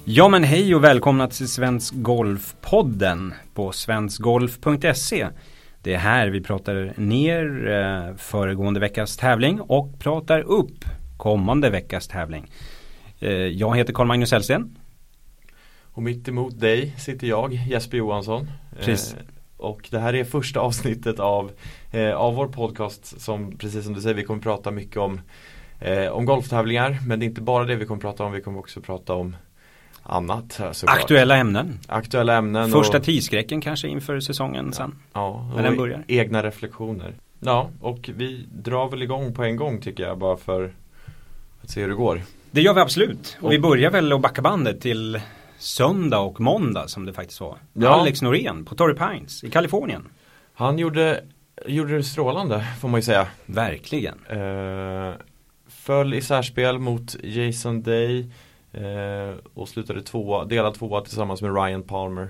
Ja men hej och välkomna till Svensk Golf-podden på svenskgolf.se. Det är här vi pratar ner föregående veckas tävling och pratar upp kommande veckas tävling. Jag heter Carl-Magnus Hellsten. Och mitt emot dig sitter jag, Jesper Johansson. Och det här är första avsnittet av vår podcast som, precis som du säger, vi kommer prata mycket om golftävlingar. Men det är inte bara det vi kommer prata om, vi kommer också prata om annat. Aktuella ämnen. Första tidsskräcken kanske inför säsongen sen. Ja, när den börjar. Egna reflektioner. Ja, och vi drar väl igång på en gång tycker jag, bara för att se hur det går. Det gör vi absolut. Och vi börjar väl att backa bandet till söndag och måndag som det faktiskt var. Ja. Alex Norén på Torrey Pines i Kalifornien. Han gjorde det strålande, får man ju säga. Verkligen. Föll i särspel mot Jason Day och slutade delad tvåa tillsammans med Ryan Palmer.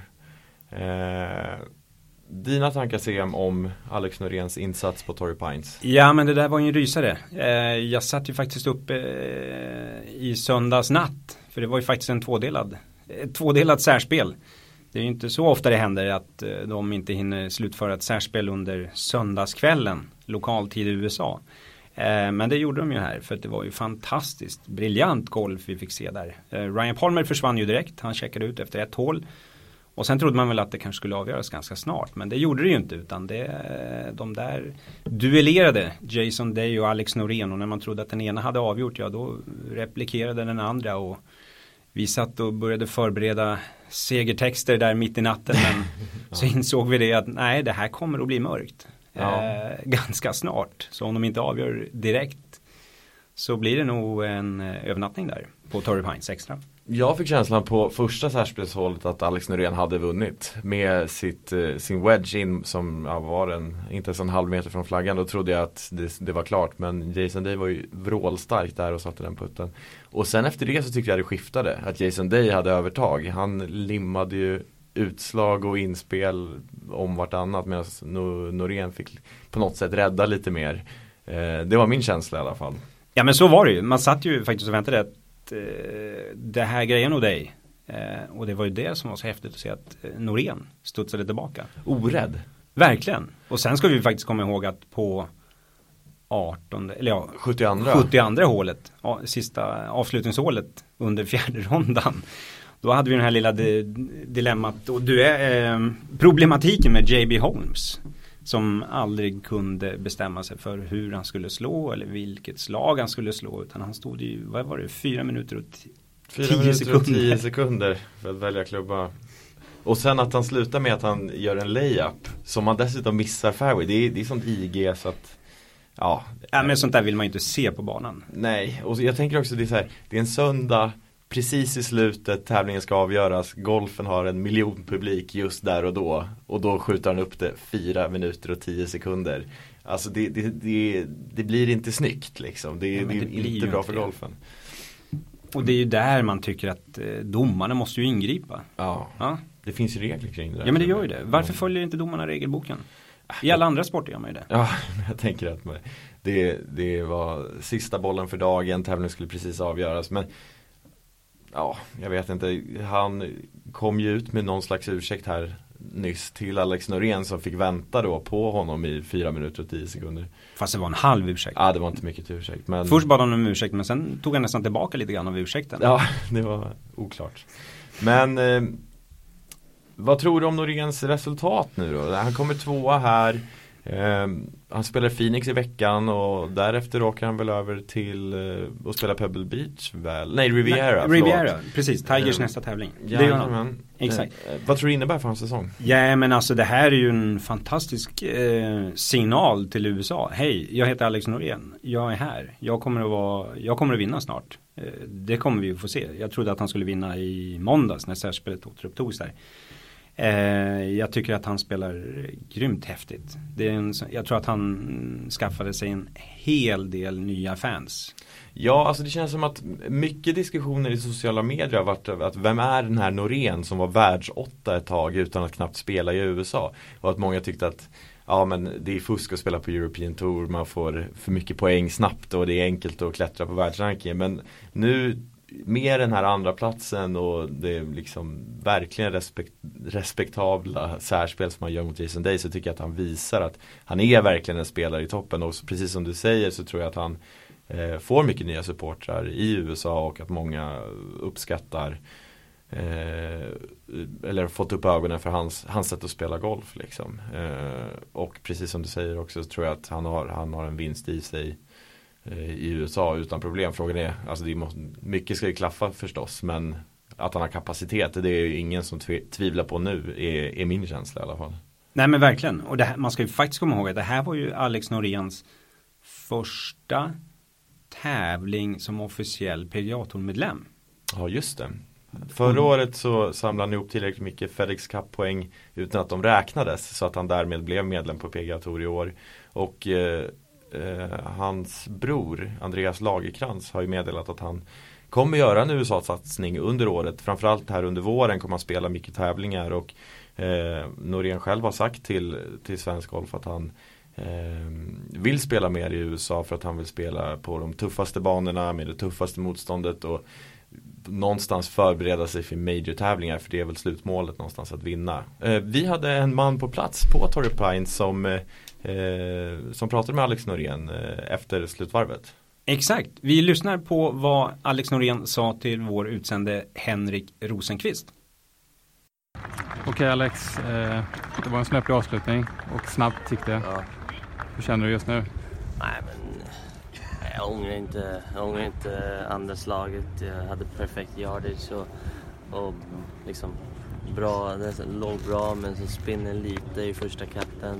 Dina tankar Sam om Alex Noréns insats på Torrey Pines? Ja, men det där var ju en rysare. Jag satt ju faktiskt upp i söndags natt. För det var ju faktiskt ett tvådelad särspel. Det är ju inte så ofta det händer att de inte hinner slutföra ett särspel under söndagskvällen, lokal tid i USA. Men det gjorde de ju här, för att det var ju fantastiskt briljant golf vi fick se där. Ryan Palmer försvann ju direkt, han checkade ut efter ett hål. Och sen trodde man väl att det kanske skulle avgöras ganska snart, men det gjorde det ju inte, utan de där duellerade Jason Day och Alex Norén, och när man trodde att den ena hade avgjort, ja då replikerade den andra, och vi satt och började förbereda segertexter där mitt i natten, men så insåg vi det att nej, det här kommer att bli mörkt. Ganska snart. Så om de inte avgör direkt så blir det nog en övernattning där på Torrey Pines extra. Jag fick känslan på första särspelshållet att Alex Norén hade vunnit med sin wedge in som var inte ens en halv meter från flaggan. Då trodde jag att det var klart, men Jason Day var ju vrålstark där och satte den putten. Och sen efter det så tyckte jag det skiftade, att Jason Day hade övertag. Han limmade ju utslag och inspel om vartannat, medan Norén fick på något sätt rädda lite mer. Det var min känsla i alla fall. Ja, men så var det ju. Man satt ju faktiskt och väntade att det här grejen och dig. Och det var ju det som var så häftigt att se att Norén studsade tillbaka. Orädd. Verkligen. Och sen ska vi faktiskt komma ihåg att på 72 hålet, sista avslutningshålet under fjärde rondan, då hade vi den här lilla dilemmat och problematiken med J.B. Holmes, som aldrig kunde bestämma sig för hur han skulle slå eller vilket slag han skulle slå, utan han stod i, 4 minuter och 10 sekunder för att välja klubba. Och sen att han slutar med att han gör en layup som han dessutom missar fairway. Det är sånt IG så att men sånt där vill man inte se på banan. Nej, och jag tänker också det är en söndag precis i slutet, tävlingen ska avgöras, golfen har 1 miljon publik just där och då skjuter han upp det 4 minuter och 10 sekunder. Alltså det blir inte snyggt liksom. Det är inte bra för golfen. Och det är ju där man tycker att domarna måste ju ingripa. Ja. Det finns ju regler kring det där. Ja, men det gör ju det. Varför följer inte domarna regelboken? I alla andra sporter gör man ju det. Ja, jag tänker att det var sista bollen för dagen, tävlingen skulle precis avgöras, men jag vet inte. Han kom ju ut med någon slags ursäkt här nyss till Alex Norén som fick vänta då på honom i 4 minuter och 10 sekunder. Fast det var en halv ursäkt. Ja, det var inte mycket till ursäkt. Men först bad han om ursäkt, men sen tog han nästan tillbaka lite grann av ursäkten. Ja, det var oklart. Men vad tror du om Noréns resultat nu då? Han kommer 2:a här. Han spelar Phoenix i veckan och därefter åker han väl över till att spela Pebble Beach väl? Nej, Riviera. Precis, Tigers nästa tävling. Ja, det gör han. Exakt. Vad tror du innebär för hans säsong? Ja, men alltså det här är ju en fantastisk signal till USA. Hej, jag heter Alex Norén. Jag är här. Jag kommer att vinna snart. Det kommer vi att få se. Jag trodde att han skulle vinna i måndags när särspelet återupptogs där. Jag tycker att han spelar grymt häftigt. Jag tror att han skaffade sig en hel del nya fans. Ja, alltså det känns som att mycket diskussioner i sociala medier har varit att vem är den här Norén som var världsåtta ett tag utan att knappt spela i USA. Och att många tyckte att men det är fusk att spela på European Tour, man får för mycket poäng snabbt och det är enkelt att klättra på världsrankingen. Men nu med den här andra platsen och det är liksom verkligen respektabla särspel som han gör mot Jason Day, så tycker jag att han visar att han är verkligen en spelare i toppen. Och precis som du säger så tror jag att han får mycket nya supportrar i USA och att många uppskattar eller fått upp ögonen för hans sätt att spela golf liksom. Och precis som du säger också så tror jag att han har en vinst i sig i USA utan problem. Frågan är, alltså mycket ska ju klaffa förstås, men att han har kapacitet, det är ju ingen som tvivlar på nu, är min känsla i alla fall. Nej men verkligen, och man ska ju faktiskt komma ihåg att det här var ju Alex Noréns första tävling som officiell PGA-tourmedlem. Ja just det. Förra året så samlade han ihop tillräckligt mycket FedEx Cup-poäng utan att de räknades, så att han därmed blev medlem på PGA Tour i år. Och hans bror Andreas Lagerkrans har ju meddelat att han kommer göra en USA-satsning under året. Framförallt här under våren kommer han spela mycket tävlingar, och Norén själv har sagt till Svensk Golf att han vill spela mer i USA för att han vill spela på de tuffaste banorna med det tuffaste motståndet och någonstans förbereda sig för major-tävlingar, för det är väl slutmålet någonstans att vinna. Vi hade en man på plats på Torrey Pines som pratade med Alex Norén efter slutvarvet. Exakt, vi lyssnar på vad Alex Norén sa till vår utsände Henrik Rosenqvist. Okej Alex, det var en snöplig avslutning och snabbt gick det. Ja. Hur känner du just nu? Nej men jag ångrar inte andra slaget. Jag hade perfekt yardage och liksom bra, det låg bra, men så spinner lite i första katten.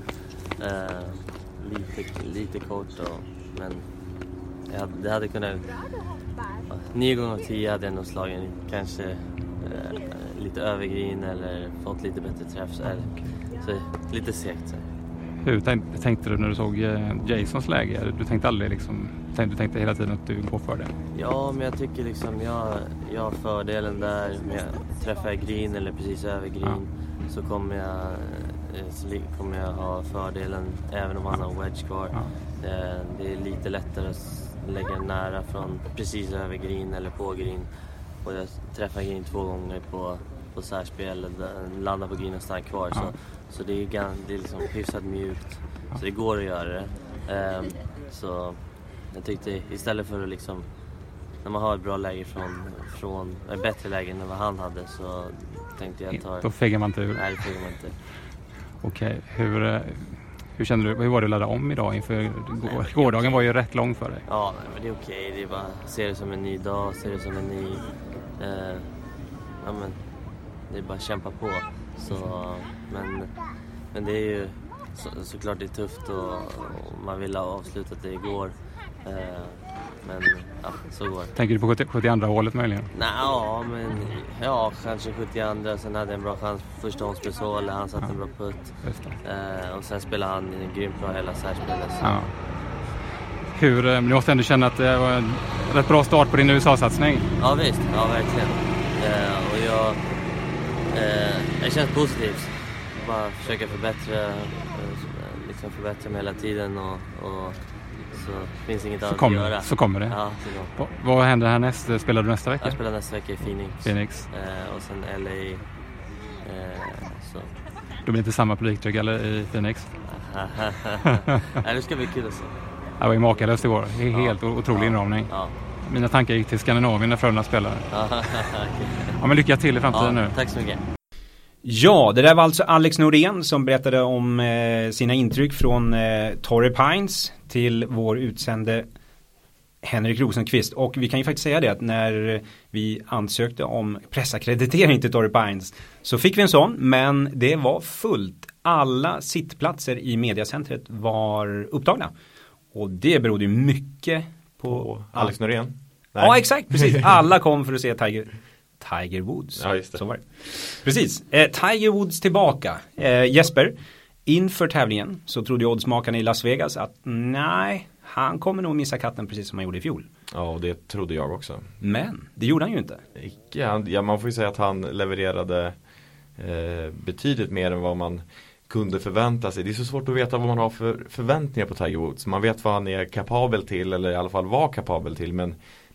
Lite kort då, men det hade kunnat 9 gånger av 10 hade jag nog slagit kanske lite övergrin eller fått lite bättre träff så lite segt. Hur tänkte du när du såg Jasons läge? Du tänkte aldrig liksom, du tänkte hela tiden att du går för det? Ja, men jag tycker liksom jag har fördelen där med att träffa green eller precis över green, så kommer jag ha fördelen även om han har wedge kvar. Ja. Det är lite lättare att lägga nära från precis över green eller på green, och jag träffar green 2 gånger på särspel, landar på green och stannar kvar. Ja. Så det är liksom hyfsat mjukt. Ja. Så det går att göra det. Så jag tyckte istället för att liksom, när man har ett bra läge från ett bättre läge än vad han hade, så tänkte jag då fegar man inte ur. Nej, det fegar man inte. Okej, hur kände du? Hur var det att ladda om idag inför gårdagen var ju rätt lång för dig. Ja, men det är okej. Det är bara se det som en ny dag, se det som en ny men det är bara att kämpa på. Så men det är ju såklart det är tufft och man vill ha avslutat det igår. Men ja, så går det. Tänker du på 72 hålet möjligen? Nej, kanske 72. Sen hade jag en bra chans på första omspelshålet. Han satte en bra putt. Och sen spelade han grymt bra hela särspelet. Ja. Du måste ändå känna att det var en rätt bra start på din USA-satsning. Ja visst, ja verkligen. Och jag känns positivt. Bara försöka förbättra mig hela tiden och så finns inget annat att göra. Så kommer det. Ja, så vad händer härnäst? Spelar du nästa vecka? Jag spelar nästa vecka i Phoenix. Och sen LA. Så. Då blir det inte samma publiktryck eller i Phoenix? Nej, det ska bli kul att se. Det var ju makalöst igår. Det är helt otrolig inramning. Ja. Mina tankar gick till Skandinavien när Frölunda spelade. Ja, men lycka till i framtiden nu. Tack så mycket. Ja, det där var alltså Alex Norén som berättade om sina intryck från Torrey Pines till vår utsände Henrik Rosenqvist. Och vi kan ju faktiskt säga det att när vi ansökte om pressakkreditering till Torrey Pines så fick vi en sån, men det var fullt. Alla sittplatser i mediacentret var upptagna. Och det berodde ju mycket på Alex Norén. Ja, exakt, precis. Alla kom för att se Tiger Woods. Ja, just det. Så var det. Precis. Tiger Woods tillbaka. Jesper, inför tävlingen så trodde oddsmakarna i Las Vegas att nej, han kommer nog missa katten precis som han gjorde i fjol. Ja, och det trodde jag också. Men det gjorde han ju inte. Man får ju säga att han levererade betydligt mer än vad man kunde förvänta sig. Det är så svårt att veta vad man har för förväntningar på Tiger Woods. Man vet vad han är kapabel till, eller i alla fall var kapabel till, men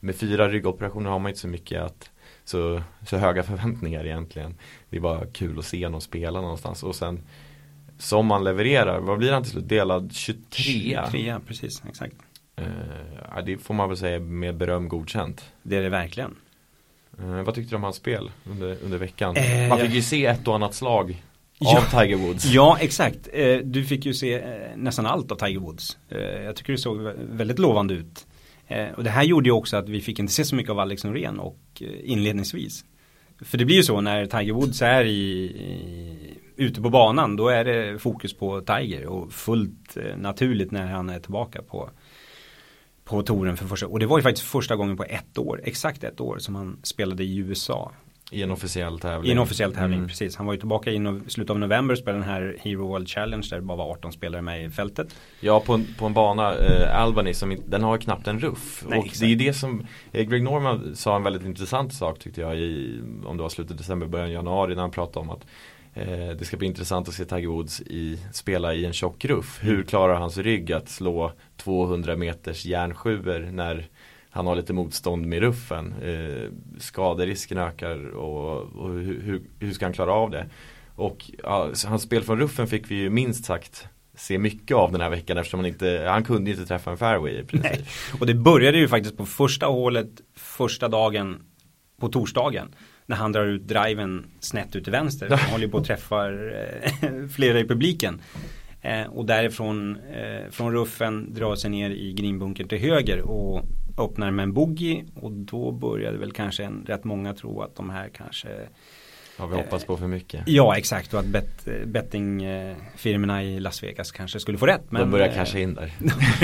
med 4 ryggoperationer har man inte så mycket så höga förväntningar egentligen. Det är bara kul att se någon spela någonstans. Och sen som man levererar, vad blir han till slut? Delad 23? 23, precis, exakt. Det får man väl säga med beröm godkänt. Det är det verkligen. Vad tyckte du om hans spel under veckan? Man fick ju se ett och annat slag av Tiger Woods. Ja, exakt. Du fick ju se nästan allt av Tiger Woods. Jag tycker det såg väldigt lovande ut. Och det här gjorde ju också att vi fick inte se så mycket av Alex Norén och inledningsvis. För det blir ju så när Tiger Woods är ute på banan, då är det fokus på Tiger och fullt naturligt när han är tillbaka på touren för första. Och det var ju faktiskt första gången på exakt ett år som han spelade i USA. I en officiell tävling. Precis. Han var ju tillbaka i slutet av november och spelade den här Hero World Challenge där det bara var 18 spelare med i fältet. Ja, på en bana, Albany, den har knappt en ruff. Nej, och exakt. det är ju det som Greg Norman sa en väldigt intressant sak tyckte jag om det var slutet december, början januari, när han pratade om att det ska bli intressant att se Tiger Woods spela i en tjock ruff. Hur klarar hans rygg att slå 200 meters järnsjuor när han har lite motstånd med ruffen? Skaderisken ökar och hur ska han klara av det? Och hans spel från ruffen fick vi ju minst sagt se mycket av den här veckan, eftersom han kunde inte träffa en fairway i princip. Nej. Och det började ju faktiskt på första hålet, första dagen på torsdagen, när han drar ut driven snett ut till vänster. Han håller på att träffa flera i publiken. Och därifrån från ruffen drar sig ner i greenbunkern till höger och öppnar med en bogey. Och då började väl kanske rätt många tro att de här kanske... Har vi hoppats på för mycket. Ja, exakt. Och att bettingfirmorna i Las Vegas kanske skulle få rätt. Men, de började casha in där.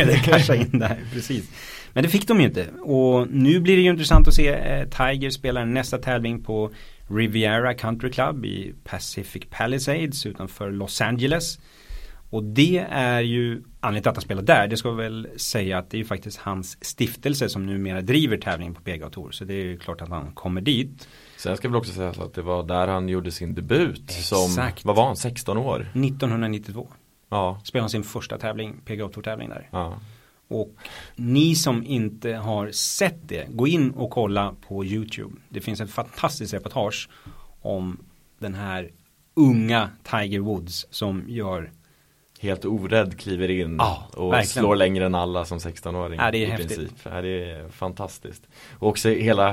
Precis. Men det fick de ju inte. Och nu blir det ju intressant att se Tiger spela nästa tävling på Riviera Country Club i Pacific Palisades utanför Los Angeles. Och det är ju anledningen till att han spelar där. Det ska väl säga att det är ju faktiskt hans stiftelse som numera driver tävlingen på PGA Tour. Så det är ju klart att han kommer dit. Sen ska vi också säga att det var där han gjorde sin debut. Exakt. Vad var han? 16 år? 1992. Ja. Spelade han sin första PGA Tour-tävling där. Ja. Och ni som inte har sett det, gå in och kolla på YouTube. Det finns ett fantastiskt reportage om den här unga Tiger Woods som gör... Helt orädd kliver in och verkligen. Slår längre än alla som 16-åring. Ja, det är i häftigt. Princip. Ja, det är fantastiskt. Och också hela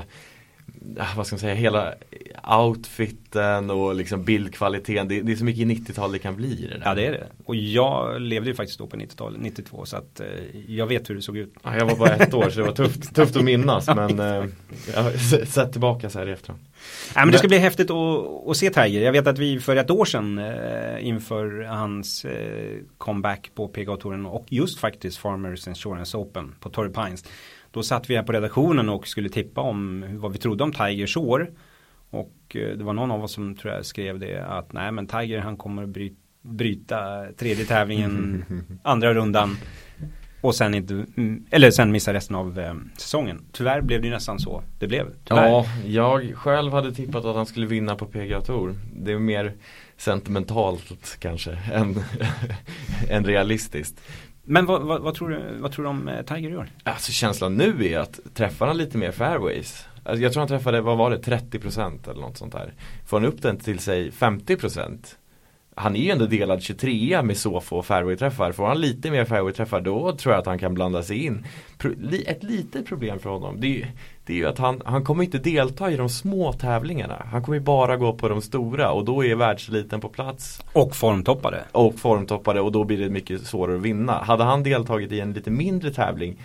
outfiten och liksom bildkvaliteten. Det är så mycket 90-tal det kan bli i det där. Ja, det är det. Och jag levde ju faktiskt då på 90-talet, 92, så att jag vet hur det såg ut. Ja, jag var bara 1 år så det var tufft att minnas. Men jag har sett tillbaka så här efteråt. Ja, men det ska bli häftigt att se Tiger. Jag vet att vi för 1 år sedan inför hans comeback på PGA-touren och just faktiskt Farmers Insurance Open på Torrey Pines. Då satt vi här på redaktionen och skulle tippa om vad vi trodde om Tigers år. Och det var någon av oss som tror jag skrev det att nej, men Tiger han kommer att bryta tredje tävlingen, andra rundan och sen sen missa resten av säsongen. Tyvärr blev det ju nästan så det blev. Tyvärr. Ja, jag själv hade tippat att han skulle vinna på PGA Tour. Det är mer sentimentalt kanske än realistiskt. Men vad tror du om Tiger i år? Alltså känslan nu är att träffar han lite mer fairways. Alltså, jag tror han träffade, 30% eller något sånt där. Får han upp den till sig 50%. Han är ju ändå delad 23 med så få fairway-träffar. Får han lite mer fairway-träffar då tror jag att han kan blanda sig in. Ett litet problem för honom det är ju att han kommer inte delta i de små tävlingarna. Han kommer ju bara gå på de stora och då är världseliten på plats. Och formtoppade. Och då blir det mycket svårare att vinna. Hade han deltagit i en lite mindre tävling,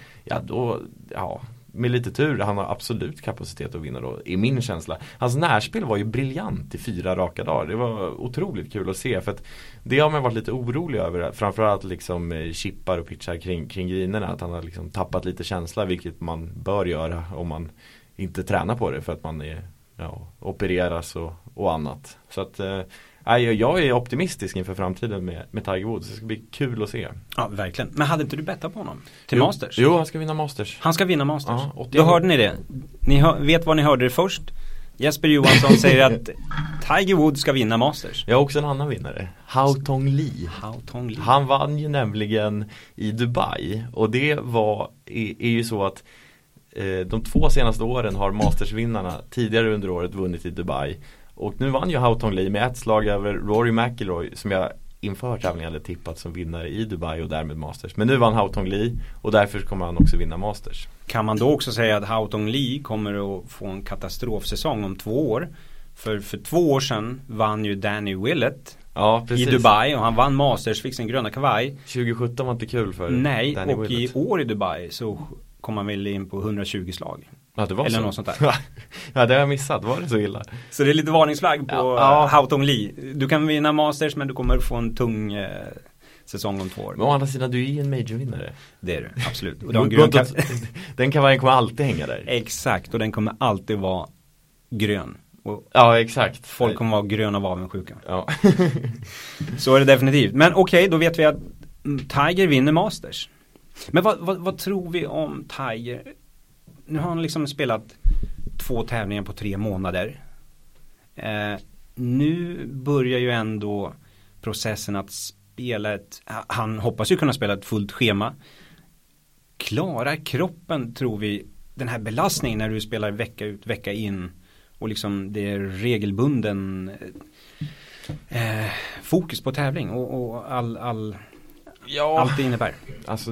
med lite tur, han har absolut kapacitet att vinna då, i min känsla. Hans närspel var ju briljant i 4 raka dagar. Det var otroligt kul att se, för att det har man varit lite orolig över, framförallt liksom chippar och pitchar kring grinerna, att han har liksom tappat lite känsla, vilket man bör göra om man inte tränar på det, för att man opereras och annat. Så att jag är optimistisk inför framtiden med Tiger Woods. Det ska bli kul att se. Ja, verkligen. Men hade inte du bettat på honom till Masters? Jo, han ska vinna Masters. Han ska vinna Masters. Ja, då hörde ni det. Ni vet vad ni hörde det först. Jesper Johansson säger att Tiger Woods ska vinna Masters. Jag har också en annan vinnare. Hao Tong Lee. Han vann ju nämligen i Dubai. Och det är ju så att de 2 senaste åren har Masters-vinnarna tidigare under året vunnit i Dubai. Och nu vann ju Hao Tong Lee med ett slag över Rory McIlroy, som jag inför tävlingen hade tippat som vinnare i Dubai och därmed Masters. Men nu vann Hao Tong Lee och därför kommer han också vinna Masters. Kan man då också säga att Hao Tong Lee kommer att få en katastrofsäsong om 2 år? För 2 år sedan vann ju Danny Willett i Dubai och han vann Masters, fick sin gröna kavaj. 2017 var inte kul för Nej, Danny och Willett. I år i Dubai så kom han väl in på 120 slag. Ja, det var eller så. Något sånt där. Ja, det har jag missat. Var det så illa? Så det är lite varningsflagg på Hao Tong Lee. Du kan vinna Masters, men du kommer få en tung säsong om 2 år. Men å andra sidan, du är ju en majorvinnare. Det är du, absolut. Och den kavajen kommer alltid hänga där. Exakt, och den kommer alltid vara grön. Och ja, exakt. Folk kommer vara gröna av avundsjuka. Ja. Så är det definitivt. Men okej, då vet vi att Tiger vinner Masters. Men vad tror vi om Tiger? Nu har han liksom spelat 2 tävlingar på 3 månader. Nu börjar ju ändå processen att spela han hoppas ju kunna spela ett fullt schema. Klarar kroppen, tror vi, den här belastningen när du spelar vecka ut, vecka in och liksom det är regelbunden fokus på tävling och allt det innebär. Alltså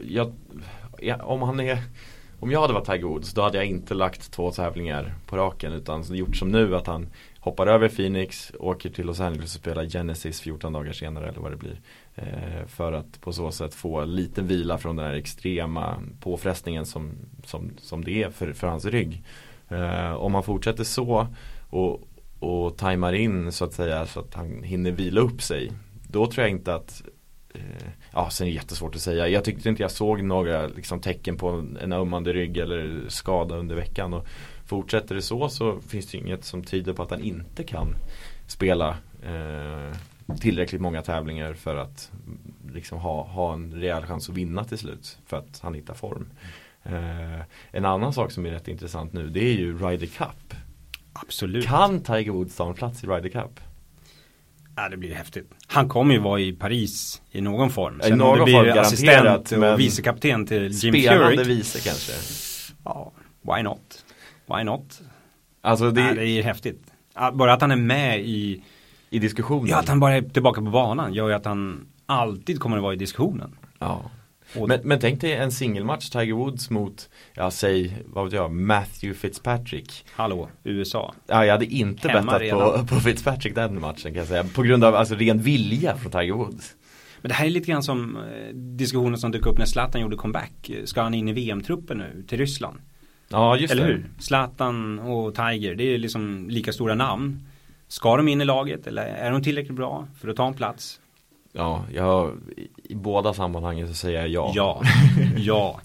om jag hade varit Tiger Woods, då hade jag inte lagt 2 tävlingar på raken, utan gjort som nu, att han hoppar över Phoenix, åker till Los Angeles och spelar Genesis 14 dagar senare eller vad det blir, för att på så sätt få lite vila från den här extrema påfrestningen som det är för hans rygg. Om han fortsätter så och tajmar in så att säga, så att han hinner vila upp sig, då tror jag inte att sen är det jättesvårt att säga. Jag tyckte inte jag såg några liksom tecken på en ömmande rygg eller skada under veckan, och fortsätter det så finns det inget som tyder på att han inte kan spela tillräckligt många tävlingar för att liksom ha en rejäl chans att vinna till slut, för att han hittar form. En annan sak som är rätt intressant nu, det är ju Ryder Cup. Absolut. Kan Tiger Woods ta en plats i Ryder Cup? Ja, det blir häftigt. Han kommer ju vara i Paris i någon form. Sen någon om det blir assistent och vicekapten till Jim Furyk. Spelande vice kanske. Ja, why not? Alltså det är häftigt. Bara att han är med i diskussionen. Ja, att han bara är tillbaka på banan gör ju att han alltid kommer att vara i diskussionen. Ja. Men tänk dig en singelmatch Tiger Woods mot, Matthew Fitzpatrick. Hallå, USA. Ja, jag hade inte bettat på Fitzpatrick den matchen, kan jag säga. På grund av ren vilja från Tiger Woods. Men det här är lite grann som diskussionen som dök upp när Zlatan gjorde comeback. Ska han in i VM-truppen nu till Ryssland? Ja, just eller det. Hur? Zlatan och Tiger, det är liksom lika stora namn. Ska de in i laget eller är de tillräckligt bra för att ta en plats? Ja, i båda sammanhangen så säger jag ja. Ja.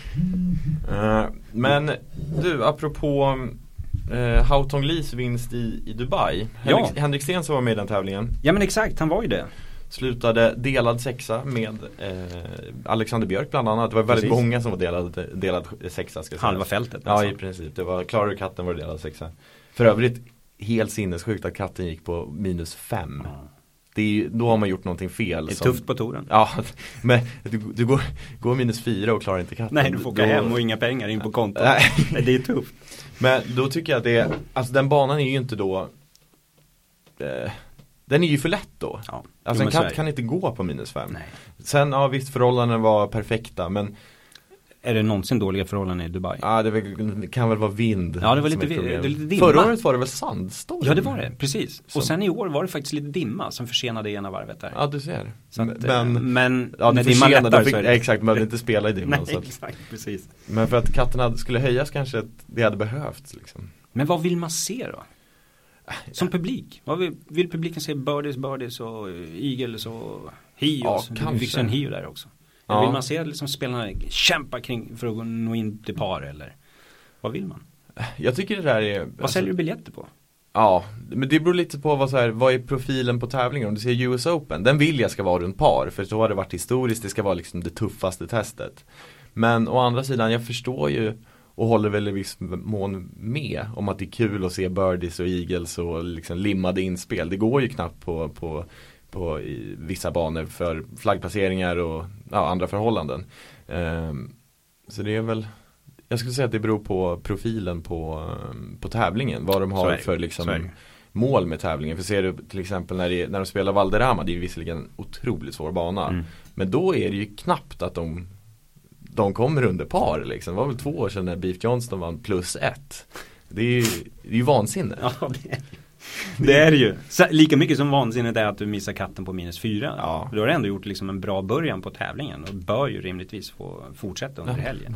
Men du, apropå Hao Tong Lees vinst i Dubai. Henrik Stenson var med i den tävlingen. Ja, men exakt, han var ju det. Slutade delad sexa med Alexander Björk bland annat. Det var väldigt många som var delad sexa, ska jag säga. Halva fältet. Ja, i princip. Det var Klara och Katten var delad sexa. För övrigt helt sinnessjukt att Katten gick på -5. Då har man gjort någonting fel. Det är tufft på touren. Ja, men du går -4 och klarar inte Katten. Nej, du får gå hem och inga pengar in på kontot. Nej, det är tufft. Men då tycker jag att alltså den banan är ju inte då den är ju för lätt då. Ja, alltså en katt kan inte gå på -5. Nej. Sen, visst, förhållandena var perfekta, men är det någonsin dåliga förhållanden i Dubai? Ja, det kan väl vara vind. Ja, det var lite dimma. Förra året var det väl sandstorm? Ja, det var det, precis. Och sen i år var det faktiskt lite dimma som försenade ena varvet där. Ja, du ser. Så att, men ja, när dimman lättar så är det... Exakt, man behövde inte spela i dimman. Nej, exakt, precis. Men för att katterna skulle höjas kanske det hade behövts liksom. Men vad vill man se då? Som publik? Vad vill publiken se? Birdies och Eagles och Hios? Ja, kanske. Det en Hio där också. Ja. Vill man se liksom spelarna kämpa kring för att nå in till par, eller vad vill man? Jag tycker det där är... Vad säljer du biljetter på? Ja, men det beror lite på vad är profilen på tävlingen. Om du ser US Open, den vill jag ska vara runt par, för så har det varit historiskt. Det ska vara liksom det tuffaste testet. Men å andra sidan, jag förstår ju och håller väl i viss mån med om att det är kul att se birdies och eagles och liksom limmade inspel. Det går ju knappt på i vissa banor för flaggplaceringar och andra förhållanden. Så det är väl, Jag skulle säga att det beror på profilen på tävlingen. Vad de har för liksom mål med tävlingen. För ser du till exempel när de spelar Valderrama, det är ju visserligen en otroligt svår bana. Men då är det ju knappt att de kommer under par liksom. Det var väl 2 år sedan när Beef Johnston vann +1. Det är ju vansinne. Ja, det är det ju. Lika mycket som vansinnet är att du missar katten på -4. Ja. Du har ändå gjort liksom en bra början på tävlingen och bör ju rimligtvis få fortsätta under helgen.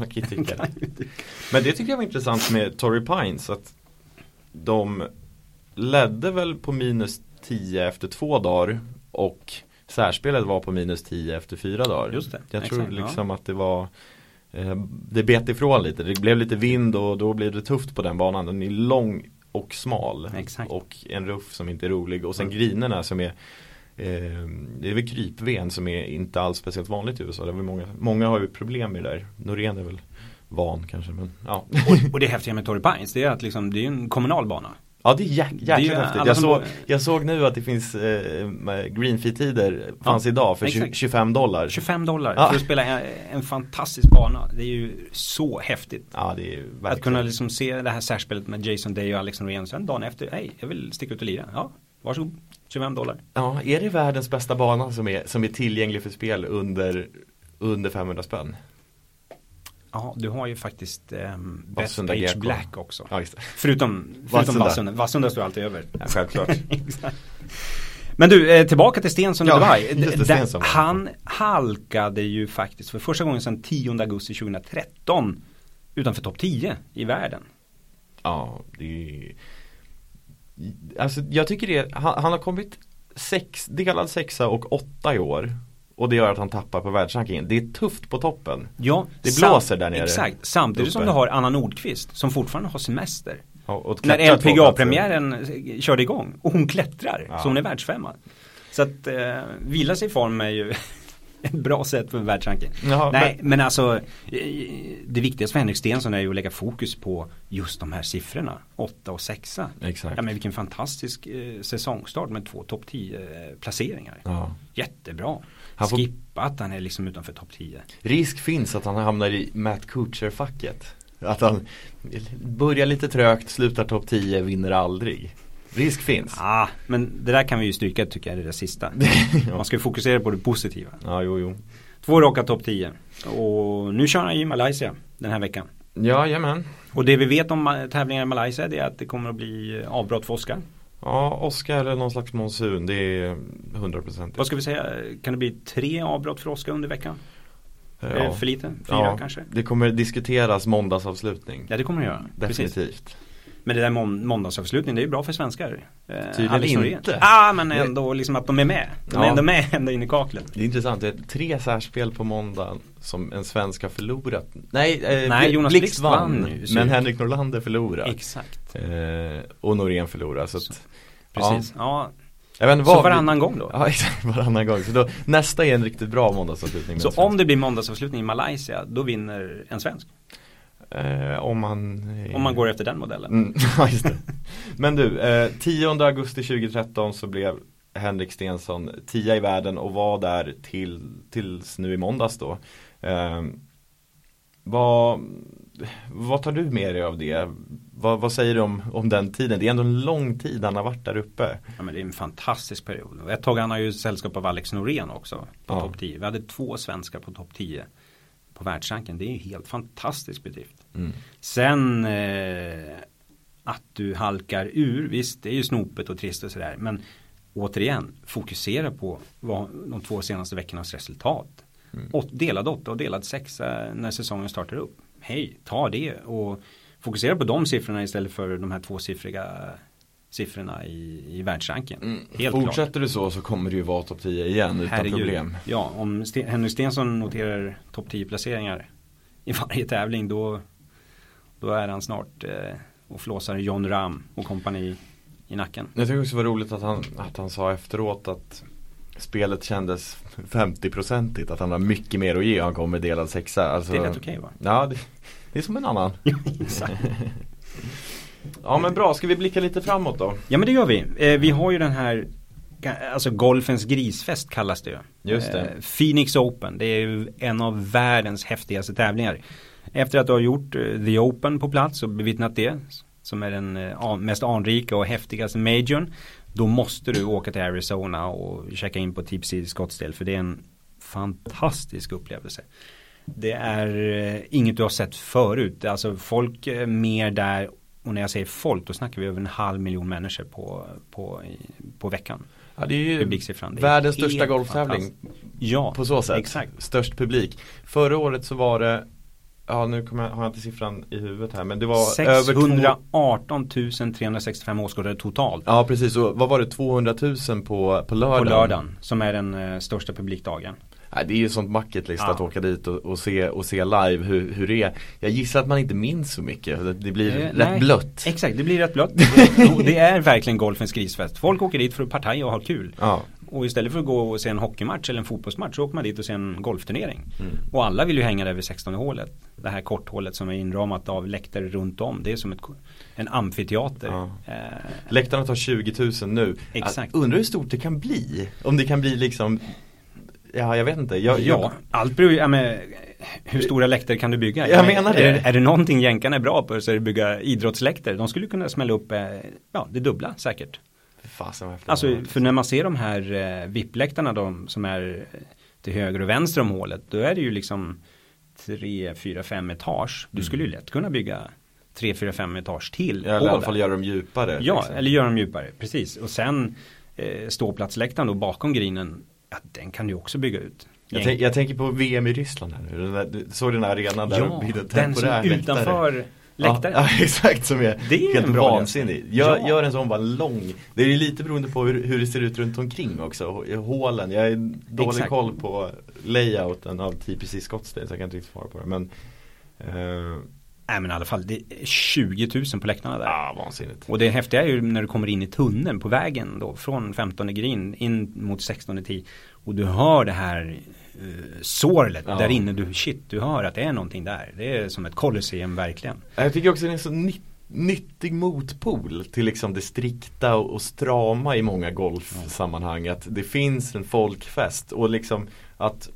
Men det tycker jag var intressant med Torrey Pines, att de ledde väl på -10 efter 2 dagar och särspelet var på -10 efter 4 dagar. Just det. Jag tror liksom att det var det bet ifrån lite. Det blev lite vind och då blev det tufft på den banan. Den är lång och smal. Exakt. Och en ruff som inte är rolig. Och sen grinerna som är det är väl krypven som är inte alls speciellt vanligt i USA. Det är många har ju problem med det där. Norén är väl van kanske. Men, ja. och det häftiga med Torrey Pines, det är att liksom, det är en kommunal bana. Ja, det är jäkligt häftigt. Jag såg nu att det finns greenfee-tider fanns idag för $25. $25 för att spela en fantastisk bana. Det är ju så häftigt. Ja, det är ju verkligen. Att kunna liksom se det här särspelet med Jason Day och Alex Norén sen dagen efter. Hej, jag vill sticka ut och lira. Ja, varsågod. $25. Ja, är det världens bästa bana som är tillgänglig för spel under 500 spänn? Ja, du har ju faktiskt Bethpage Black också. Ja, just det. Förutom Vassunda står alltid över. Ja, självklart. Men du, tillbaka till Stensson i Dubai. Stensson. Han halkade ju faktiskt för första gången sedan 10 augusti 2013 utanför topp 10 i världen. Ja, det är... Alltså, jag tycker han har kommit delad 6 och 8 i år. Och det gör att han tappar på världsrankingen. Det är tufft på toppen. Ja, det blåser där nere. Exakt, samtidigt som du har Anna Nordqvist som fortfarande har semester. Ja, och när LPGA-premiären körde igång. Och hon klättrar, så hon är världsfemma. Så att vila sig i form är ju ett bra sätt för världsranking. Nej, men alltså det viktigaste för Henrik Stensson är ju att lägga fokus på just de här siffrorna. 8 och 6. Exakt. Ja, men vilken fantastisk säsongstart med 2 topp 10 placeringar. Ja. Jättebra. Skippa att han är liksom utanför topp 10. Risk finns att han hamnar i Matt Kuchar-facket. Att han börjar lite trögt, slutar topp 10, vinner aldrig. Risk finns. Ja, men det där kan vi ju stryka tycker jag, det där sista. Man ska ju fokusera på det positiva. Ja, jo. 2 raka topp 10. Och nu kör han i Malaysia den här veckan. Ja, jajamän. Och det vi vet om tävlingar i Malaysia, det är att det kommer att bli avbrott för Oscar. Ja, Oscar eller någon slags monsun, det är 100%. Vad ska vi säga? Kan det bli 3 avbrott för Oscar under veckan? Ja. För lite? 4 kanske? Det kommer diskuteras måndagsavslutning. Ja, det kommer det göra. Definitivt. Precis. Men det där måndagsavslutning, det är ju bra för svenskar. Tydligen inte. Men ändå liksom att de är med. De är ändå med ända in i kaklet. Det är intressant, det är 3 särspel på måndag som en svensk har förlorat. Nej, Jonas Blixt vann. Men Henrik Norlander förlorar. Exakt. Och Norén förlorar. Så att, precis, ja. Jag vet, så varannan gång då? Ja, exakt, varannan gång. Så då, nästa är en riktigt bra måndagsavslutning. Så om det blir måndagsavslutning i Malaysia, då vinner en svensk? Om man går efter den modellen. Ja, just det. Men du, 10 augusti 2013 så blev Henrik Stensson 10 i världen och var där tills nu i måndags då. Vad tar du med dig av det? Vad säger du om den tiden? Det är ändå en lång tid han har varit där uppe. Ja, men det är en fantastisk period. Ett tag han har ju sällskap av Alex Norén också på topp 10. Vi hade 2 svenskar på topp 10 på världsranken. Det är ju helt fantastisk bedrift. Sen att du halkar ur, visst det är ju snopet och trist och sådär, men återigen fokusera på vad de 2 senaste veckornas resultat. Delad 8 och delad 6 när säsongen startar upp. Hej, ta det och fokusera på de siffrorna istället för de här 2-siffriga siffrorna i världsranken. Fortsätter du så kommer det ju vara topp 10 igen utan problem. Ja, om Henrik Stensson noterar topp 10 placeringar i varje tävling då är han snart och flåsar John Ram och kompani i nacken. Jag tycker också det var roligt att han sa efteråt att spelet kändes 50%igt, att han har mycket mer att ge. Han kommer delad 6. Alltså, det är rätt okej, va? Ja, det är som en annan. Ja, men bra. Ska vi blicka lite framåt då? Ja, men det gör vi. Vi har ju den här, alltså golfens grisfest kallas det ju. Just det. Phoenix Open, det är ju en av världens häftigaste tävlingar. Efter att du har gjort The Open på plats och bevittnat det, som är den mest anrika och häftigaste majorn, då måste du åka till Arizona och checka in på TPC Scottsdale, för det är en fantastisk upplevelse. Det är inget du har sett förut. Alltså folk är mer där, och när jag säger folk, då snackar vi över 500 000 människor på veckan. Ja, det är ju publiksiffran. världens största golftävling. Ja, på så sätt. Exakt. Störst publik. Förra året så var det, ja nu har jag inte siffran i huvudet här, men det var 618 365 åskådare totalt. Ja, precis. Och vad var det? 200 000 på lördagen? På lördagen, som är den största publikdagen. Ja, det är ju sånt bucket list att åka dit och se live hur det är. Jag gissar att man inte minns så mycket. Det blir rätt blött. Exakt, det blir rätt blött. Det är verkligen golfens grisfest. Folk åker dit för att partaja och ha kul. Ja. Och istället för att gå och se en hockeymatch eller en fotbollsmatch, så åker man dit och ser en golfturnering. Och alla vill ju hänga där vid 16:e hålet. Det här korthålet som är inramat av läktare runt om. Det är som en amfiteater. Ja. Läktarna tar 20 000 nu. Exakt. Undrar hur stort det kan bli. Om det kan bli liksom... Ja, jag vet inte. Allt beror ju med hur stora läktare kan du bygga? Jag menar det. Är det någonting jänkarna är bra på, så är det bygga idrottsläktare. De skulle kunna smälla upp det dubbla säkert. Alltså, för när man ser de här VIP-läktarna, de som är till höger och vänster om hålet, då är det ju liksom 3, 4, 5 etage. Du skulle ju lätt kunna bygga 3, 4, 5 etage till. Ja, eller i alla fall göra dem djupare. Ja, liksom. Eller göra dem djupare, precis. Och sen ståplatsläktaren då bakom grinen, den kan du också bygga ut. Jag tänker på VM i Ryssland här nu. Såg den här arenan där och den som utanför läktaren. Ja, exakt, som är helt vansinnig. Gör en sån bara lång. Det är lite beroende på hur det ser ut runt omkring också. I hålen. Jag är dålig koll på layouten av TPC Scottsdale, så jag kan inte riktigt svara på det. Men nej, men i alla fall, det är 20 000 på läktarna där. Ja, vansinnigt. Och det häftiga är ju när du kommer in i tunneln på vägen då, från 15:e green in mot 16:e tee, och du hör det här sorlet där inne, du hör att det är någonting där. Det är som ett Colosseum verkligen. Jag tycker också det är en så nyttig motpol till liksom det strikta och strama i många golfsammanhang, att det finns en folkfest och liksom att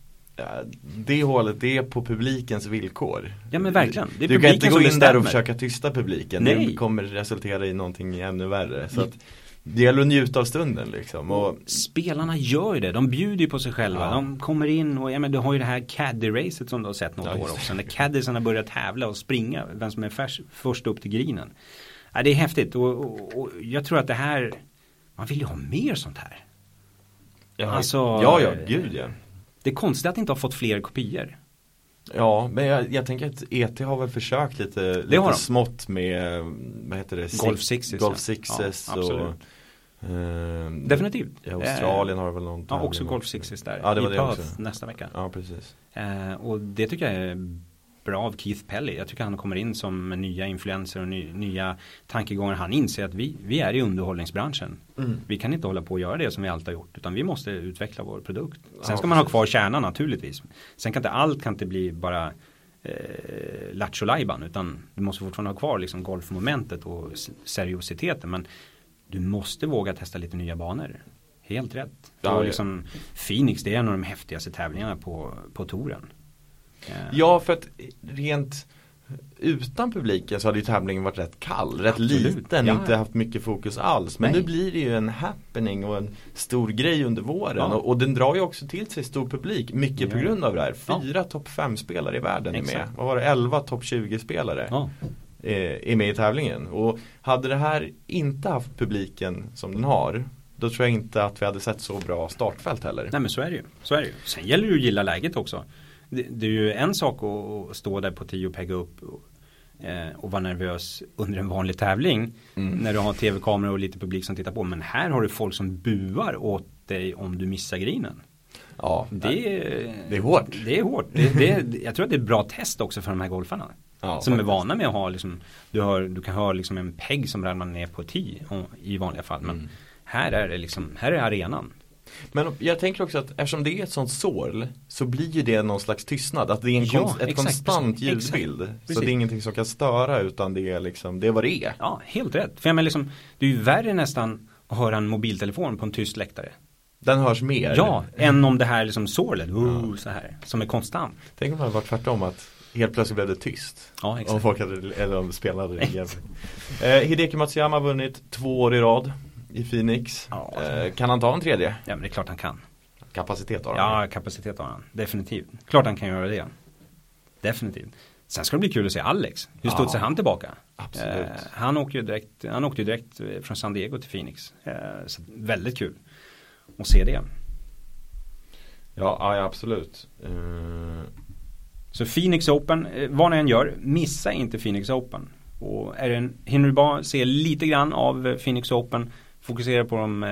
det hålet, det är på publikens villkor. Ja, men verkligen. Det är du kan inte gå in där och försöka tysta publiken. Nej. Det kommer resultera i någonting ännu värre. Så att det gäller att njuta av stunden liksom. Och spelarna gör ju det. De bjuder ju på sig själva. Ja. De kommer in och du har ju det här caddy-racet som du har sett något år också. När caddiesarna börjar tävla och springa. Vem som är först upp till grinen. Det är häftigt. Och jag tror att det här, man vill ju ha mer sånt här. Ja, alltså, gud ja. Det är konstigt att inte ha fått fler kopior. Ja, men jag tänker att ET har väl försökt lite smått med, vad heter det? Golf Sixes. Golf Sixes och definitivt. I Australien har det väl någon. Ja, också Golf Sixes där. Ja, det var i det Perth också. Nästa vecka. Ja, precis. Och det tycker jag är bra av Keith Pelly. Jag tycker han kommer in som nya influenser och nya tankegångar. Han inser att vi är i underhållningsbranschen. Vi kan inte hålla på och göra det som vi alltid har gjort, utan vi måste utveckla vår produkt. Sen ska man ha kvar kärnan naturligtvis. Sen kan inte allt bli bara lattjo lajban, utan du måste fortfarande ha kvar liksom golfmomentet och seriositeten, men du måste våga testa lite nya banor. Helt rätt. Och liksom Phoenix, det är en av de häftigaste tävlingarna på touren. Ja, för att rent utan publiken så hade ju tävlingen varit rätt kall, rätt liten, inte haft mycket fokus alls. Men nu blir det ju en happening och en stor grej under våren. Och den drar ju också till sig stor publik, mycket på grund av det här. 4 topp 5-spelare i världen är med. Vad var det? 11 topp 20-spelare är med i tävlingen. Och hade det här inte haft publiken som den har, då tror jag inte att vi hade sett så bra startfält heller. Nej, men så är det ju. Sen gäller det ju att gilla läget också. Det är ju en sak att stå där på 10 och pegga upp och vara nervös under en vanlig tävling när du har tv-kameror och lite publik som tittar på. Men här har du folk som buar åt dig om du missar grinen. Ja, det är hårt. Det är hårt. Jag tror att det är ett bra test också för de här golfarna. Ja, som är vana med att ha liksom, du kan ha liksom en pegg som ramlar ner på 10 i vanliga fall. Men här är arenan. Men jag tänker också att eftersom det är ett sånt sorl så blir ju det någon slags tystnad. Att det är ett konstant ljudbild. Så det är ingenting som kan störa, utan det är liksom, det är vad det är. Ja, helt rätt. För jag menar liksom, det är ju värre nästan att höra en mobiltelefon på en tyst läktare. Den hörs mer. Ja, än om det här liksom sorlet så här, som är konstant. Tänk om det hade varit tvärtom, att helt plötsligt blev det tyst. Ja, exakt. Om folk hade, eller om spelade Hideki Matsuyama har vunnit 2 år i rad i Phoenix. Ja. Kan han ta en tredje? Ja, men det är klart han kan. Kapacitet har han. Ja, kapacitet har han. Definitivt. Klart han kan göra det. Definitivt. Sen ska det bli kul att se Alex. Hur studsar han tillbaka? Absolut. Han åkte ju direkt från San Diego till Phoenix. Så väldigt kul att se det. Ja, absolut. Så Phoenix Open, vad ni än gör, missa inte Phoenix Open. Och hinner du bara se lite grann av Phoenix Open, fokusera på de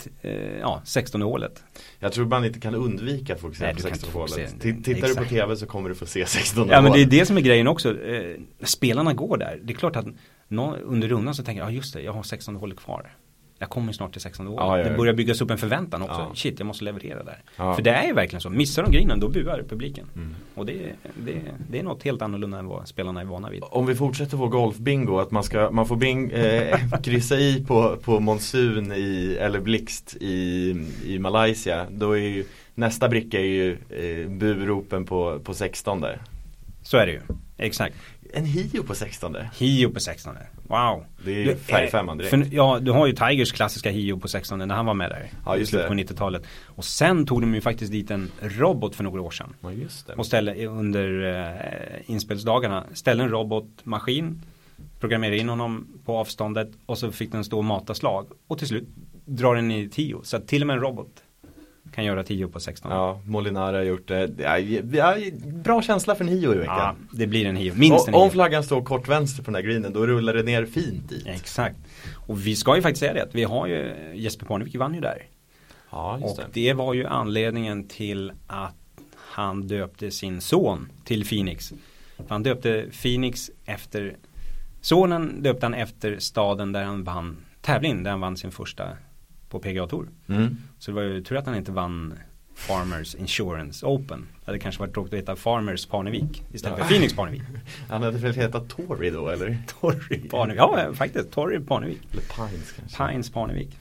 16 hålet. Jag tror man inte kan undvika att fokusera på 16 hålet. Tittar du på tv så kommer du få se 16 hålet. Ja, men det är det som är grejen också. Spelarna går där. Det är klart att under rundan så tänker jag, just det, jag har 16 hålet kvar. Jag kommer snart till 16 år. Ja. Det börjar byggas upp en förväntan också. Ja. Shit, jag måste leverera där. Ja. För det är ju verkligen så. Missar de grinen, då buar publiken. Och det är något helt annorlunda än vad spelarna är vana vid. Om vi fortsätter vår golfbingo, att man får kryssa i på monsun eller blixt i Malaysia, då är ju nästa bricka är ju buropen på 16 där. Så är det ju. Exakt. En Hio på 16. Hio på 16. Wow. Det är ju färgfemman direkt. Du har ju Tigers klassiska Hio på 16 när han var med där. Ja, just det. På 90-talet. Och sen tog de ju faktiskt dit en robot för några år sedan. Ja, just det. Och ställde under inspelsdagarna en robotmaskin, programmerade in honom på avståndet och så fick den stå och mata slag. Och till slut drar den i 10. Så att till och med en robot kan göra 10 på 16. Ja, Molinari har gjort det. Ja, bra känsla för en Hio i veckan. Ja, det blir en Hio. Minst en Hio. Om flaggan står kort vänster på den här greenen, då rullar det ner fint dit. Exakt. Och vi ska ju faktiskt säga det att vi har ju Jesper Parnevik vann ju där. Ja, just och det var ju anledningen till att han döpte sin son till Phoenix. Han döpte Phoenix efter sonen, döpte han efter staden där han vann tävling, där han vann sin första på PGA Tour. Så det var ju tur att han inte vann Farmers Insurance Open. Det hade kanske varit tråkigt att heta Farmers Parnevik istället för Phoenix Parnevik. Han hade väl hetat Torrey då, eller? Torrey Parnevik. Ja, faktiskt. Torrey Parnevik. Eller Pines kanske. Pines Parnevik.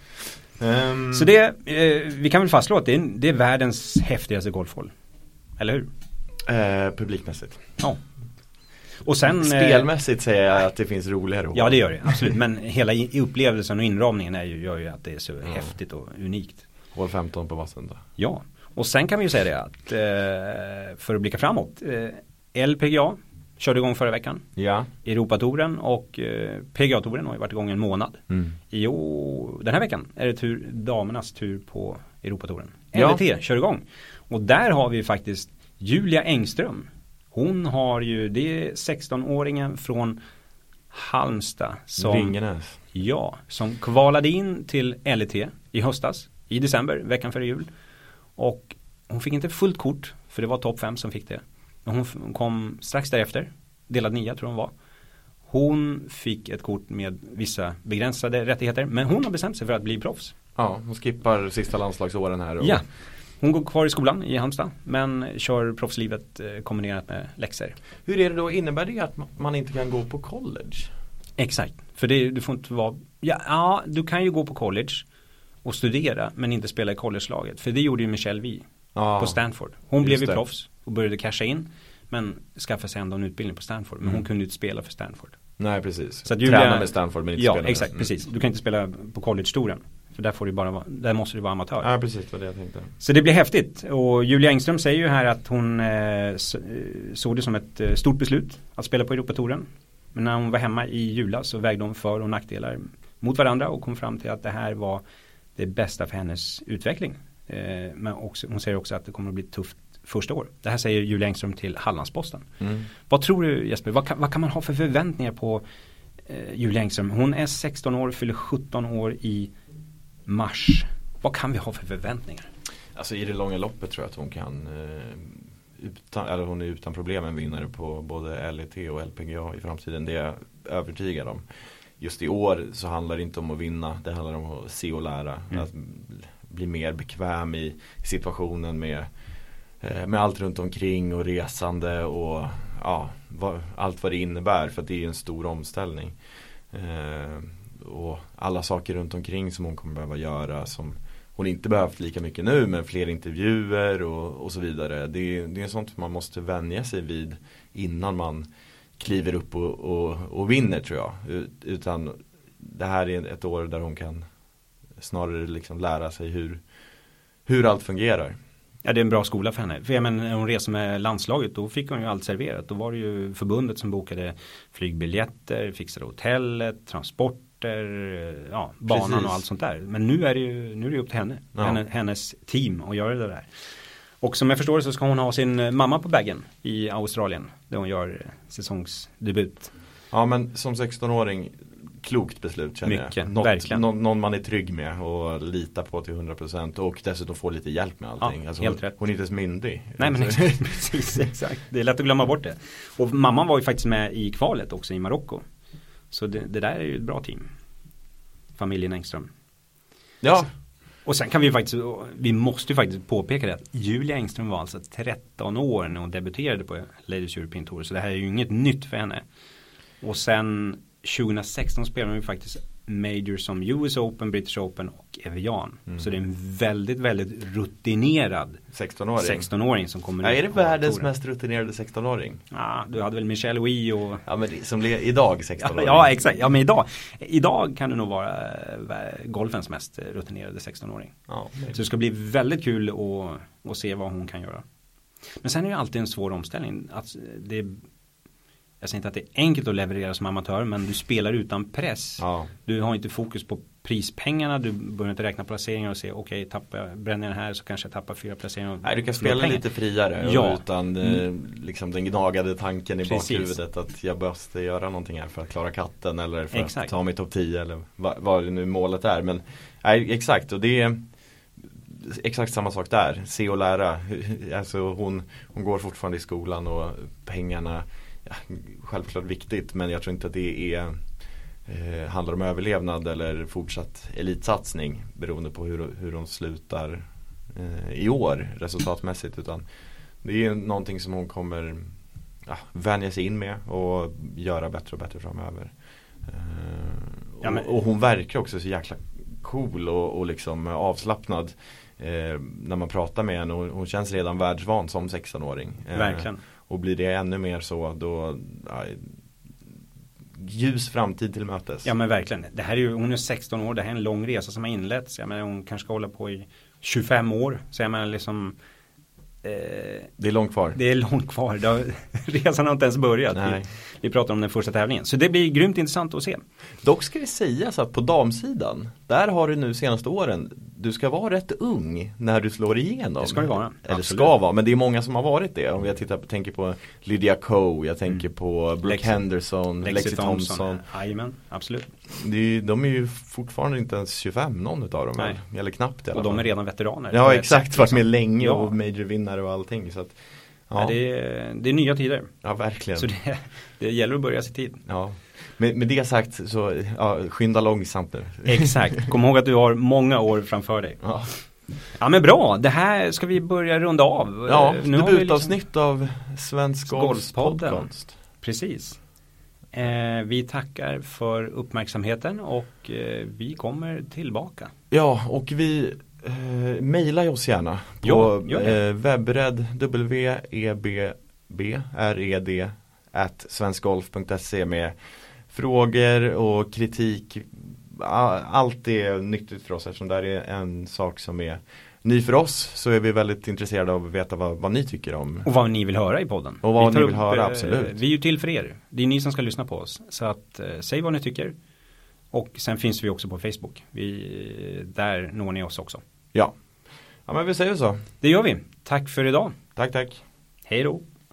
Så det, vi kan väl fastslå att det är världens häftigaste golfhål. Eller hur? Publikmässigt. Ja. Och sen, spelmässigt säger jag att det finns roligare hål. Ja, det gör det, absolut. Men hela upplevelsen och inramningen gör ju att det är så häftigt och unikt. Hål 15 på vassen då. Ja, och sen kan vi ju säga det att för att blicka framåt, LPGA körde igång förra veckan. Ja. Europatouren och PGA-touren har ju varit igång en månad. Den här veckan är det damernas tur på Europatouren. LT kör igång. Och där har vi faktiskt Julia Engström. Hon har ju, det är 16-åringen från Halmstad Ringenäs. Ja, som kvalade in till LT i höstas, i december, veckan före jul. Och hon fick inte fullt kort, för det var topp 5 som fick det. Men hon kom strax därefter, delad 9 tror hon var. Hon fick ett kort med vissa begränsade rättigheter, men hon har bestämt sig för att bli proffs. Ja, hon skippar sista landslagsåren här. Och... Ja, hon går kvar i skolan i Halmstad, men kör proffslivet kombinerat med läxor. Hur är det då? Innebär det att man inte kan gå på college? Exakt, för du får inte vara... Ja, du kan ju gå på college och studera, men inte spela i college-laget. För det gjorde ju Michelle Wie på Stanford. Hon blev ju proffs och började casha in, men skaffade sig ändå en utbildning på Stanford. Men hon kunde ju inte spela för Stanford. Nej, precis. Så att träna med Stanford men inte spela. Ja, exakt, precis. Du kan inte spela på college-touren. För där måste du vara amatör. Ja, precis, vad det jag tänkte. Så det blir häftigt. Och Julia Engström säger ju här att hon såg det som ett stort beslut att spela på Europatouren. Men när hon var hemma i julas så vägde hon för- och nackdelar mot varandra och kom fram till att det här var det bästa för hennes utveckling. Men hon säger också att det kommer att bli tufft första år. Det här säger Julia Engström till Hallandsposten. Vad tror du, Jesper? Vad kan man ha för förväntningar på Julia Engström? Hon är 16 år, fyller 17 år i mars. Vad kan vi ha för förväntningar? Alltså i det långa loppet tror jag att hon kan hon är utan problem en vinnare på både LET och LPGA i framtiden. Det är jag övertygad om. Just i år så handlar det inte om att vinna. Det handlar om att se och lära. Att bli mer bekväm i situationen med allt runt omkring och resande och allt vad det innebär, för att det är en stor omställning. Och alla saker runt omkring som hon kommer behöva göra, som hon inte behövt lika mycket nu, men fler intervjuer och så vidare. Det är sånt man måste vänja sig vid innan man kliver upp och vinner, tror jag. Utan det här är ett år där hon kan snarare liksom lära sig hur allt fungerar. Ja, det är en bra skola för henne. För när hon reser med landslaget, då fick hon ju allt serverat. Då var det ju förbundet som bokade flygbiljetter, fixade hotellet, transporter, banan. Precis. Och allt sånt där. Men nu är det upp till henne, hennes team att göra det där. Och som jag förstår det så ska hon ha sin mamma på baggen i Australien, där hon gör säsongsdebut. Ja, men som 16-åring, klokt beslut, känner jag. Verkligen. Någon man är trygg med och litar på till 100% och dessutom får lite hjälp med allting. Ja, helt rätt. Hon är inte ens myndig. Nej, men precis, exakt. Det är lätt att glömma bort det. Och mamman var ju faktiskt med i kvalet också i Marocko. Så det där är ju ett bra team. Familjen Engström. Ja. Och sen kan vi måste ju faktiskt påpeka det att Julia Engström var alltså 13 år när hon debuterade på Ladies European Tour. Så det här är ju inget nytt för henne. Och sen 2016 spelade hon ju faktiskt major som US Open, British Open och Evian. Så det är en väldigt, väldigt rutinerad 16-åring som kommer ut. Är det världens mest rutinerade 16-åring? Ja, du hade väl Michelle Wie och... Ja, men som idag 16-åring. Ja, exakt. Ja, men idag kan du nog vara golfens mest rutinerade 16-åring. Ja, så det ska bli väldigt kul att se vad hon kan göra. Men sen är det alltid en svår omställning. Jag säger inte att det är enkelt att leverera som amatör, men du spelar utan press. Ja. Du har inte fokus på prispengarna, du börjar inte räkna placeringar och se bränner jag den här så kanske jag tappar 4 placeringar. Nej, du kan spela lite friare utan liksom den gnagade tanken i bakhuvudet att jag måste göra någonting här för att klara katten eller för att ta mig topp 10 eller vad nu målet är. Men exakt, och det är exakt samma sak där. Se och lära. Alltså hon går fortfarande i skolan och pengarna självklart viktigt, men jag tror inte att det handlar om överlevnad eller fortsatt elitsatsning beroende på hur de slutar i år resultatmässigt, utan det är någonting som hon kommer vänja sig in med och göra bättre och bättre framöver. Och hon verkar också så jäkla cool och liksom avslappnad när man pratar med henne. Hon känns redan världsvan som 16-åring. Verkligen. Och blir det ännu mer så, då ljus framtid till mötes. Ja, men verkligen. Det här hon är 16 år, det här är en lång resa som har inletts. Jag menar, hon kanske ska hålla på i 25 år. Så jag menar liksom... det är långt kvar. Det är långt kvar. Resan har inte ens börjat. Vi pratar om den första tävlingen. Så det blir grymt intressant att se. Dock ska det sägas att på damsidan, där har du nu senaste åren, du ska vara rätt ung när du slår igenom. Det ska det vara. Eller ska vara, men det är många som har varit det. Om jag tänker på Lydia Ko, jag tänker på Brooke Henderson, Lexi Thompson. Jajamän, absolut. De är ju fortfarande inte ens 25, någon av dem. Nej. Eller knappt i alla fall. Och de är redan veteraner. Ja, exakt. Varit med länge och majorvinnare och allting. Så att, ja. Det är nya tider. Ja, verkligen. Så det gäller att börja i tid. Ja. Med det sagt så skynda långsamt nu. Exakt. Kom ihåg att du har många år framför dig. Ja, men bra. Det här ska vi börja runda av. Ja, nu debutavsnitt av Svensk Golfs podcast. Precis. Vi tackar för uppmärksamheten och vi kommer tillbaka. Ja, och vi mejlar oss gärna på webbred webb@svenskgolf.se med frågor och kritik. Allt är nyttigt för oss eftersom det är en sak som är ny för oss, så är vi väldigt intresserade av att veta vad ni tycker om. Och vad ni vill höra i podden. Och vad ni vill höra, absolut. Vi är ju till för er. Det är ni som ska lyssna på oss. Så att säg vad ni tycker. Och sen finns vi också på Facebook. Där når ni oss också. Ja, men vi säger så. Det gör vi. Tack för idag. Tack. Hej då.